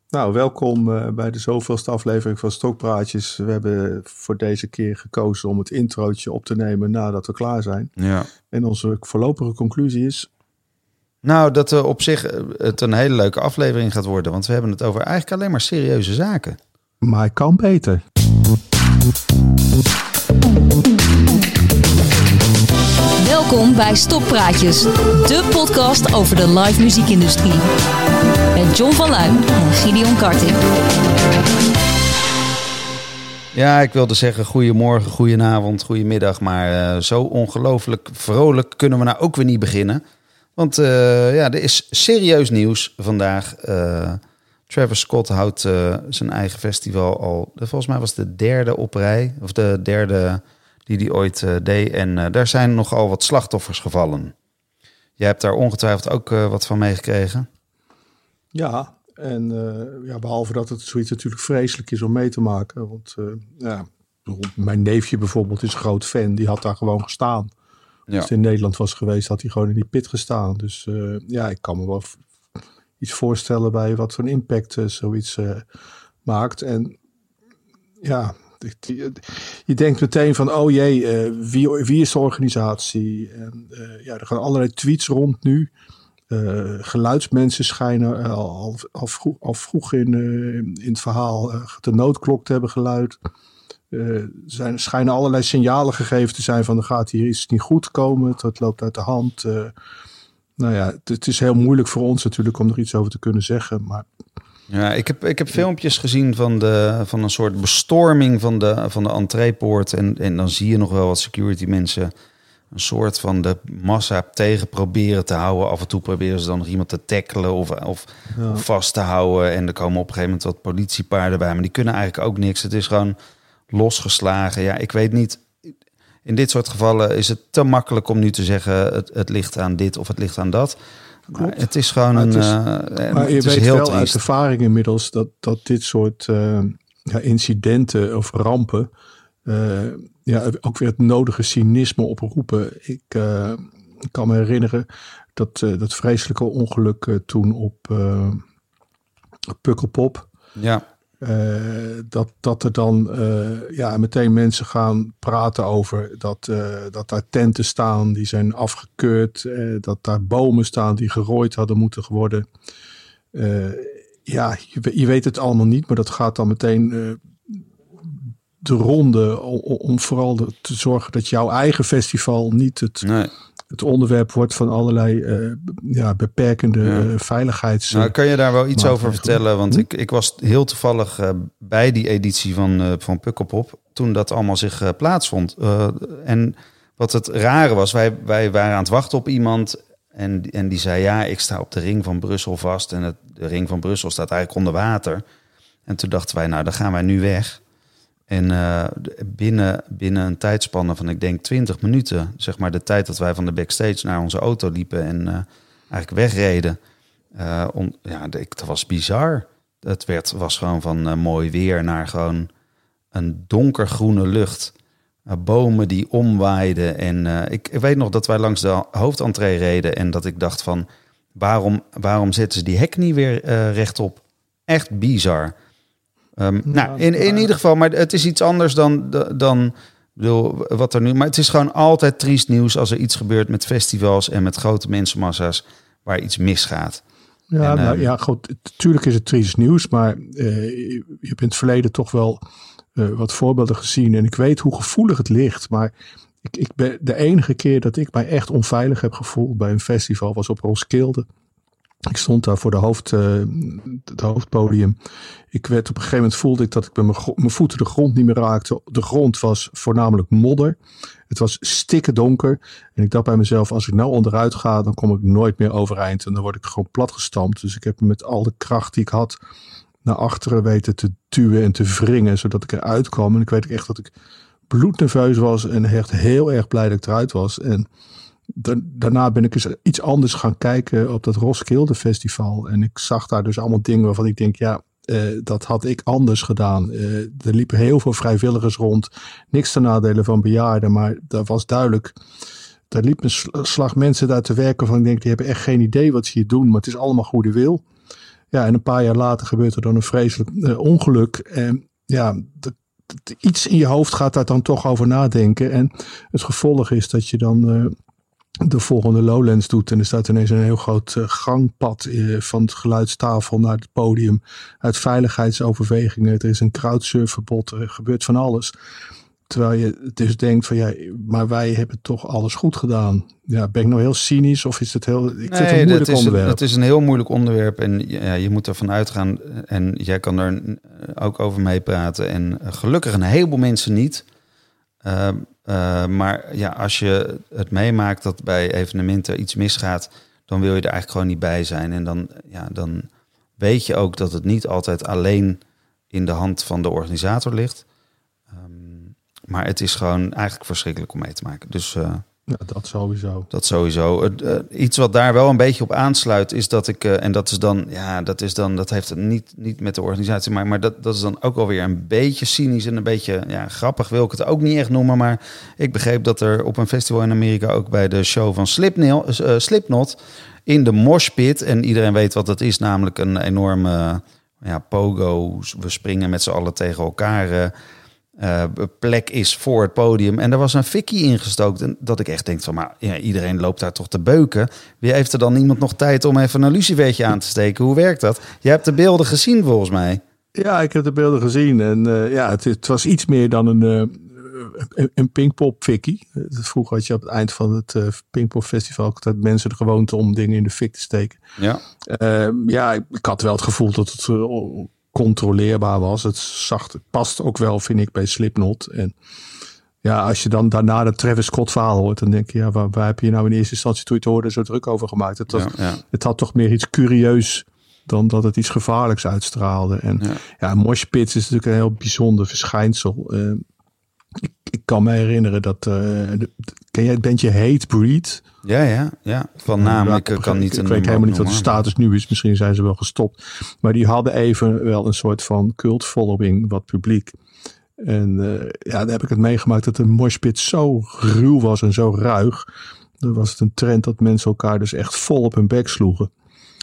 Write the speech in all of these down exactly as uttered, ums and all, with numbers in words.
Nou, welkom uh, bij de zoveelste aflevering van Stokpraatjes. We hebben voor deze keer gekozen om het introotje op te nemen nadat we klaar zijn. Ja. En onze voorlopige conclusie is... Nou, dat uh, op zich uh, het een hele leuke aflevering gaat worden. Want we hebben het over eigenlijk alleen maar serieuze zaken. Maar het kan beter. Welkom bij Stokpraatjes, de podcast over de live muziekindustrie. Met John van Luijn en Gideon Karting. Ja, ik wilde zeggen goedemorgen, goedenavond, goedemiddag. Maar uh, zo ongelooflijk vrolijk kunnen we nou ook weer niet beginnen. Want uh, ja, er is serieus nieuws vandaag. Uh, Travis Scott houdt uh, zijn eigen festival al, volgens mij was het de derde op rij. Of de derde die hij ooit uh, deed. En uh, daar zijn nogal wat slachtoffers gevallen. Jij hebt daar ongetwijfeld ook uh, wat van meegekregen. Ja, en uh, ja, behalve dat het zoiets natuurlijk vreselijk is om mee te maken. Want uh, ja, mijn neefje bijvoorbeeld is een groot fan. Die had daar gewoon gestaan. Ja. Als het in Nederland was geweest, had hij gewoon in die pit gestaan. Dus uh, ja, ik kan me wel iets voorstellen bij wat voor een impact uh, zoiets uh, maakt. En ja, je denkt meteen van, oh jee, uh, wie, wie is de organisatie? En uh, ja, er gaan allerlei tweets rond nu. Uh, geluidsmensen schijnen uh, al, al, vroeg, al vroeg in, uh, in het verhaal uh, de noodklok te hebben geluid. Uh, zijn, schijnen allerlei signalen gegeven te zijn van er gaat hier iets niet goed komen. Het loopt uit de hand. Uh, nou ja, het, het is heel moeilijk voor ons natuurlijk om er iets over te kunnen zeggen. Maar ja, ik heb, ik heb filmpjes gezien van, de, van een soort bestorming van de, van de entreepoort. En, en dan zie je nog wel wat security mensen een soort van de massa tegen proberen te houden. Af en toe proberen ze dan nog iemand te tackelen of, of, ja. of vast te houden. En er komen op een gegeven moment wat politiepaarden bij. Maar die kunnen eigenlijk ook niks. Het is gewoon losgeslagen. Ja, ik weet niet. In dit soort gevallen is het te makkelijk om nu te zeggen het, het ligt aan dit of het ligt aan dat. Maar het is gewoon maar een... Het is, uh, maar het je is weet heel wel triest. uit ervaring inmiddels dat, dat dit soort uh, ja, incidenten of rampen uh, ja, ook weer het nodige cynisme oproepen. Ik, uh, ik kan me herinneren dat, uh, dat vreselijke ongeluk uh, toen op uh, Pukkelpop. Ja. Uh, dat, dat er dan uh, ja, meteen mensen gaan praten over dat, uh, dat daar tenten staan die zijn afgekeurd. Uh, dat daar bomen staan die gerooid hadden moeten worden. Uh, ja, je, je weet het allemaal niet, maar dat gaat dan meteen uh, de ronde om, om vooral de, te zorgen dat jouw eigen festival niet het... Nee. Het onderwerp wordt van allerlei uh, ja, beperkende ja. uh, veiligheids... Nou, kan je daar wel iets over vertellen? Want hm? ik, ik was heel toevallig uh, bij die editie van, uh, van Pukkelpop toen dat allemaal zich uh, plaatsvond. Uh, en wat het rare was, wij, wij waren aan het wachten op iemand en, en die zei ja, ik sta op de ring van Brussel vast en het, de ring van Brussel staat eigenlijk onder water. En toen dachten wij, nou dan gaan wij nu weg. En uh, binnen, binnen een tijdspanne van, ik denk twintig minuten, zeg maar de tijd dat wij van de backstage naar onze auto liepen en uh, eigenlijk wegreden. Uh, on, ja, dat was bizar. Het werd, was gewoon van uh, mooi weer naar gewoon een donkergroene lucht. Uh, bomen die omwaaiden. En uh, ik, ik weet nog dat wij langs de hoofdentree reden en dat ik dacht van, waarom, waarom zetten ze die hek niet weer uh, rechtop? Echt bizar. Um, ja, nou, in, in ieder geval, maar het is iets anders dan, dan bedoel, wat er nu... Maar het is gewoon altijd triest nieuws als er iets gebeurt met festivals en met grote mensenmassa's waar iets misgaat. Ja, en, nou, um, ja goed, natuurlijk is het triest nieuws, maar uh, je hebt in het verleden toch wel uh, wat voorbeelden gezien. En ik weet hoe gevoelig het ligt, maar ik, ik ben, de enige keer dat ik mij echt onveilig heb gevoeld bij een festival was op Roskilde. Ik stond daar voor de hoofd, uh, het hoofdpodium. Ik werd op een gegeven moment voelde ik dat ik met mijn, mijn voeten de grond niet meer raakte. De grond was voornamelijk modder. Het was stikken donker. En ik dacht bij mezelf, als ik nou onderuit ga, dan kom ik nooit meer overeind. En dan word ik gewoon platgestampt. Dus ik heb met al de kracht die ik had naar achteren weten te duwen en te wringen, zodat ik eruit kwam. En ik weet echt dat ik bloednerveus was en echt heel erg blij dat ik eruit was. En daarna ben ik eens iets anders gaan kijken op dat Roskilde Festival. En ik zag daar dus allemaal dingen waarvan ik denk, ja, uh, dat had ik anders gedaan. Uh, er liepen heel veel vrijwilligers rond. Niks ten nadele van bejaarden, maar dat was duidelijk. Daar liep een slag mensen daar te werken van ik denk, die hebben echt geen idee wat ze hier doen. Maar het is allemaal goede wil. Ja, en een paar jaar later gebeurt er dan een vreselijk uh, ongeluk. En ja, de, de, iets in je hoofd gaat daar dan toch over nadenken. En het gevolg is dat je dan uh, de volgende Lowlands doet. En er staat ineens een heel groot uh, gangpad uh, van het geluidstafel naar het podium. Uit veiligheidsoverwegingen. Er is een crowdsurfverbod. Er gebeurt van alles. Terwijl je dus denkt van ja, maar wij hebben toch alles goed gedaan. Ja, ben ik nou heel cynisch of is het heel... Ik vind nee, het een moeilijk is onderwerp. Een, het is een heel moeilijk onderwerp en ja, je moet ervan uitgaan. En jij kan er ook over meepraten. En gelukkig een heleboel mensen niet. Uh, uh, maar ja, als je het meemaakt dat bij evenementen iets misgaat, dan wil je er eigenlijk gewoon niet bij zijn. En dan, ja, dan weet je ook dat het niet altijd alleen in de hand van de organisator ligt. Um, maar het is gewoon eigenlijk verschrikkelijk om mee te maken. Dus uh, ja, dat sowieso. Dat sowieso. Uh, uh, iets wat daar wel een beetje op aansluit is dat ik, uh, en dat is dan, ja, dat is dan, dat heeft het niet, niet met de organisatie, maar, maar dat, dat is dan ook alweer een beetje cynisch en een beetje, ja, grappig wil ik het ook niet echt noemen, maar ik begreep dat er op een festival in Amerika ook bij de show van Slipknot, uh, Slipknot in de moshpit, en iedereen weet wat dat is, namelijk een enorme, uh, ja, pogo, we springen met z'n allen tegen elkaar, uh, Uh, plek is voor het podium. En er was een fikkie ingestookt. En dat ik echt denk van, maar ja, iedereen loopt daar toch te beuken. Wie heeft er dan iemand nog tijd om even een lucifertje aan te steken? Hoe werkt dat? Je hebt de beelden gezien volgens mij. Ja, ik heb de beelden gezien. En uh, ja, het, het was iets meer dan een, uh, een Pinkpop fikkie. Vroeger had je op het eind van het uh, Pinkpop festival altijd mensen de gewoonte om dingen in de fik te steken. Ja, uh, ja ik, ik had wel het gevoel dat het Uh, controleerbaar was. Het zacht, het past ook wel, vind ik, bij Slipknot. En ja, als je dan daarna de Travis Scott verhaal hoort, dan denk je, ja, waar, waar heb je nou in eerste instantie toen je het hoorde zo druk over gemaakt? Het, was, ja, ja. het had toch meer iets curieus dan dat het iets gevaarlijks uitstraalde. En ja, ja moshpits is natuurlijk een heel bijzonder verschijnsel. Uh, ik, ik kan me herinneren dat, uh, de, ken jij het bandje Hatebreed? Ja, ja, ja. Van naam, ja, ik kan niet. Ik, ik weet helemaal niet wat de status nu is. Misschien zijn ze wel gestopt. Maar die hadden even wel een soort van cult following, wat publiek. En uh, ja, daar heb ik het meegemaakt dat de moshpit zo ruw was en zo ruig. Dan was het een trend dat mensen elkaar dus echt vol op hun bek sloegen.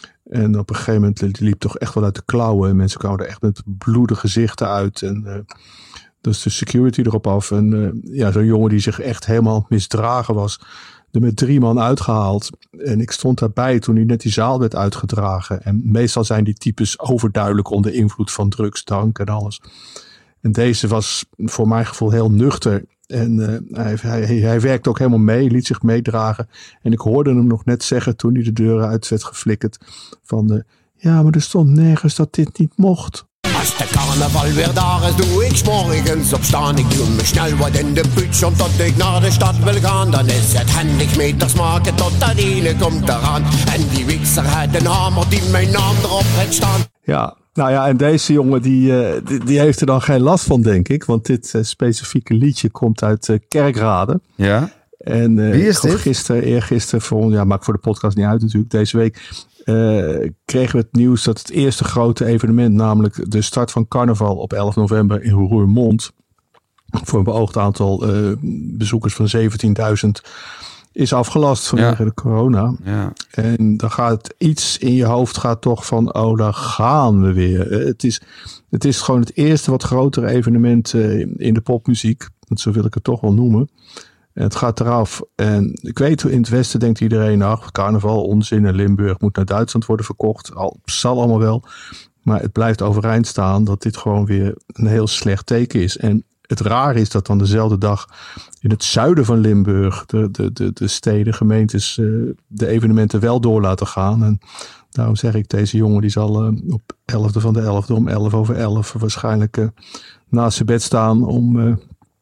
En op een gegeven moment liep toch echt wel uit de klauwen. En mensen kwamen er echt met bloedige gezichten uit. En uh, dus de security erop af. En uh, ja, zo'n jongen die zich echt helemaal misdragen was, er met drie man uitgehaald. En ik stond daarbij toen hij net die zaal werd uitgedragen. En meestal zijn die types overduidelijk onder invloed van drugs, drank en alles. En deze was voor mijn gevoel heel nuchter. En uh, hij, hij, hij werkte ook helemaal mee, liet zich meedragen. En ik hoorde hem nog net zeggen toen hij de deuren uit werd geflikkerd. Van uh, ja, maar er stond nergens dat dit niet mocht. Als de carnaval weer daar is, doe ik 's morgens opstaan. Ik doe me snel wat in de putsch, omdat ik naar de stad wil gaan. Dan is het handig meters maken tot dat ene komt eraan. En die wiekser had een hamer die mijn naam erop heeft staan. Ja, nou ja, en deze jongen die, uh, die, die heeft er dan geen last van, denk ik. Want dit uh, specifieke liedje komt uit uh, Kerkrade. Ja. En uh, wie is dit? Gisteren, eergisteren, voor, ja, maakt voor de podcast niet uit natuurlijk, deze week Uh, kregen we het nieuws dat het eerste grote evenement, namelijk de start van carnaval op elf november in Roermond, voor een beoogd aantal uh, bezoekers van zeventienduizend, is afgelast vanwege ja. de corona. Ja. En dan gaat iets in je hoofd gaat toch van, oh, daar gaan we weer. Uh, het, is, het is gewoon het eerste wat grotere evenement uh, in de popmuziek. Zo wil ik het toch wel noemen. En het gaat eraf. En ik weet, in het Westen denkt iedereen, ach, carnaval, onzin, en Limburg moet naar Duitsland worden verkocht. Al, zal allemaal wel. Maar het blijft overeind staan dat dit gewoon weer een heel slecht teken is. En het rare is dat dan dezelfde dag in het zuiden van Limburg de, de, de, de steden, gemeentes uh, de evenementen wel door laten gaan. En daarom zeg ik, deze jongen die zal uh, op elfde van de elfde om elf over elf waarschijnlijk uh, naast zijn bed staan om Uh,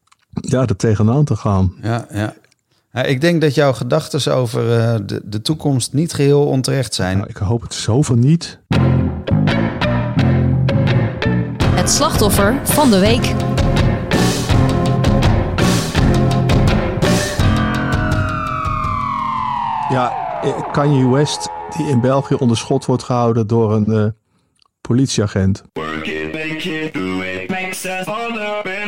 ja, er tegenaan te gaan. Ja, ja. ja ik denk dat jouw gedachten over uh, de, de toekomst niet geheel onterecht zijn. Nou, ik hoop het zoveel niet. Het slachtoffer van de week. Ja, Kanye West, die in België onder schot wordt gehouden door een uh, politieagent. Work it, make it, do it, makes us all better.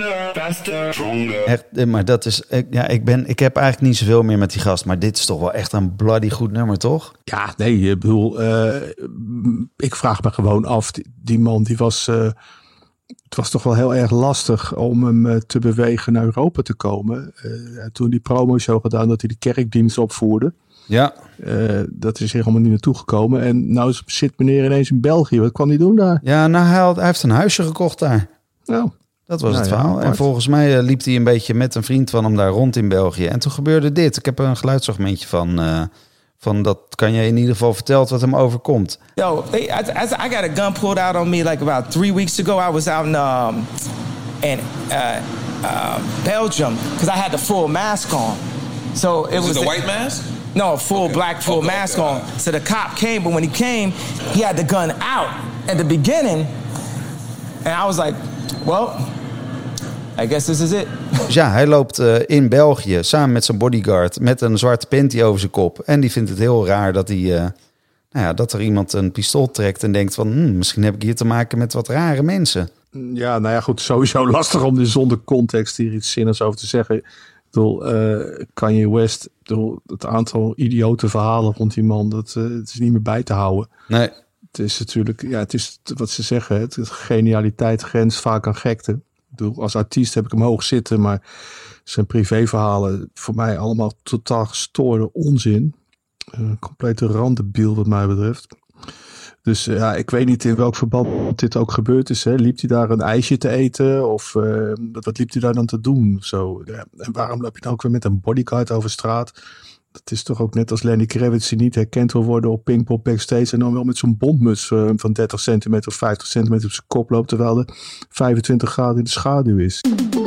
faster, stronger. Echt, maar dat is... Ik, ja, ik, ben, ik heb eigenlijk niet zoveel meer met die gast. Maar dit is toch wel echt een bloody goed nummer, toch? Ja, nee, ik bedoel... Uh, ik vraag me gewoon af. Die, die man, die was... Uh, het was toch wel heel erg lastig om hem uh, te bewegen naar Europa te komen. Uh, toen die promo-show gedaan dat hij de kerkdienst opvoerde. Ja. Uh, dat is er helemaal niet naartoe gekomen. En nou zit meneer ineens in België. Wat kwam hij doen daar? Ja, nou, hij, had, hij heeft een huisje gekocht daar. Nou, dat was nou het ja, verhaal. En volgens mij uh, liep hij een beetje met een vriend van hem daar rond in België. En toen gebeurde dit. Ik heb er een geluidsfragmentje van... Uh, van dat kan je in ieder geval verteld wat hem overkomt. Yo, I, I, I got a gun pulled out on me like about three weeks ago. I was out in um, in uh, uh, Belgium because I had the full mask on. So it was, was it a white mask? No, a full okay. black full okay, mask okay. on. So the cop came, but when he came, he had the gun out at the beginning, and I was like, well, I guess this is it. Dus ja, hij loopt uh, in België samen met zijn bodyguard met een zwarte panty over zijn kop. En die vindt het heel raar dat, hij, uh, nou ja, dat er iemand een pistool trekt en denkt van... Hmm, misschien heb ik hier te maken met wat rare mensen. Ja, nou ja, goed, sowieso lastig om er zonder context hier iets zinnigs over te zeggen. Ik bedoel, uh, Kanye West, ik bedoel, het aantal idiote verhalen rond die man, dat uh, het is niet meer bij te houden. Nee. Het is natuurlijk, ja, het is wat ze zeggen, het is genialiteit grenst vaak aan gekte. Ik bedoel, als artiest heb ik hem hoog zitten, maar zijn privéverhalen voor mij allemaal totaal gestoorde onzin. Uh, complete randebiel wat mij betreft. Dus uh, ja, ik weet niet in welk verband dit ook gebeurd is. Hè. Liep hij daar een ijsje te eten? Of uh, wat liep hij daar dan te doen? Of zo? Ja, en waarom loop je dan ook weer met een bodyguard over straat? Dat is toch ook net als Lenny Kravitz die niet herkend wil worden op Pinkpop backstage. En dan wel met zo'n bondmuts uh, van dertig centimeter of vijftig centimeter op zijn kop loopt. Terwijl er vijfentwintig graden in de schaduw is.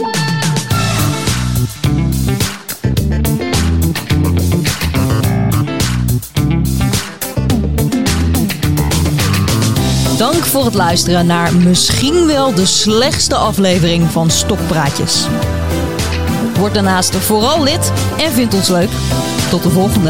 Dank voor het luisteren naar misschien wel de slechtste aflevering van Stokpraatjes. Word daarnaast vooral lid en vind ons leuk. Tot de volgende.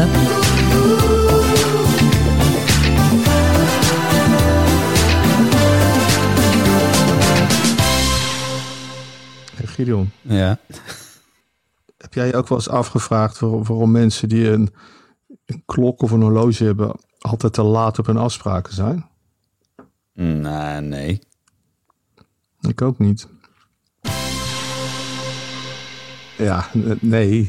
Hey Gideon. Ja. Heb jij je ook wel eens afgevraagd waarom, waarom mensen die een, een klok of een horloge hebben altijd te laat op hun afspraken zijn? Nou, nee. Ik ook niet. Ja, nee.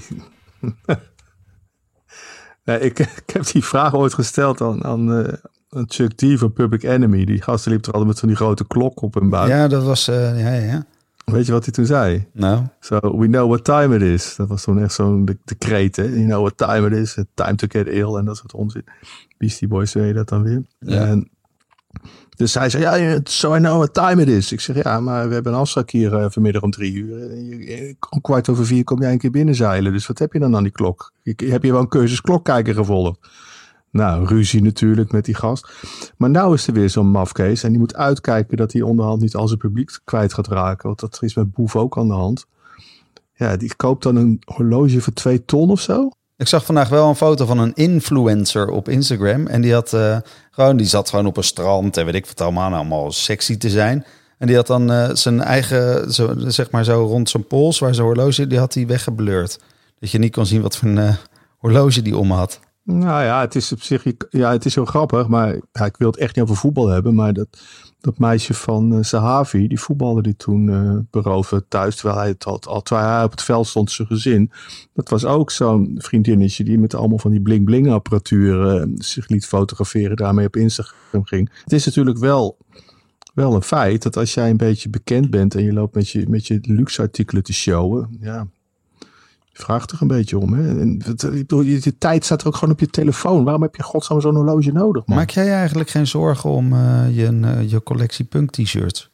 nee ik, ik heb die vraag ooit gesteld aan, aan, uh, aan Chuck D van Public Enemy. Die gasten liep er altijd met zo'n die grote klok op hun buik. Ja, dat was... Uh, ja, ja. Weet je wat hij toen zei? Nou? So, we know what time it is. Dat was toen echt zo'n de, de kreet, hè? You know what time it is. Time to get ill en dat soort onzin. Beastie Boys weet je dat dan weer. Ja. En dus hij zei, ja, so I know what time it is. Ik zeg, ja, maar we hebben een afspraak hier uh, vanmiddag om drie uur. Om kwart over vier kom jij een keer binnenzeilen. Dus wat heb je dan aan die klok? Ik, heb je wel een cursus klokkijker gevolgd? Nou, ruzie natuurlijk met die gast. Maar nou is er weer zo'n mafkees. En die moet uitkijken dat hij onderhand niet al zijn publiek kwijt gaat raken. Want dat is met Boef ook aan de hand. Ja, die koopt dan een horloge voor twee ton of zo. Ik zag vandaag wel een foto van een influencer op Instagram. En die had uh, gewoon, die zat gewoon op een strand en weet ik wat allemaal, allemaal sexy te zijn. En die had dan uh, zijn eigen, zo, zeg maar zo rond zijn pols, waar zijn horloge, die had hij weggeblurred. Dat je niet kon zien wat voor een uh, horloge die om had. Nou ja, het is op zich, ja, het is heel grappig, maar ja, ik wil het echt niet over voetbal hebben, maar dat, dat meisje van uh, Sahavi, die voetbalde die toen uh, beroven thuis, terwijl hij het had, al terwijl hij op het veld stond, zijn gezin. Dat was ook zo'n vriendinnetje die met allemaal van die bling-bling apparatuur uh, zich liet fotograferen, daarmee op Instagram ging. Het is natuurlijk wel, wel een feit dat als jij een beetje bekend bent en je loopt met je, met je luxe artikelen te showen, ja, vraag toch een beetje om. Hè? En, ik bedoel, je, je tijd staat er ook gewoon op je telefoon. Waarom heb je godsnaam zo'n horloge nodig, man? Maak jij eigenlijk geen zorgen om uh, je, uh, je collectie punk t-shirts?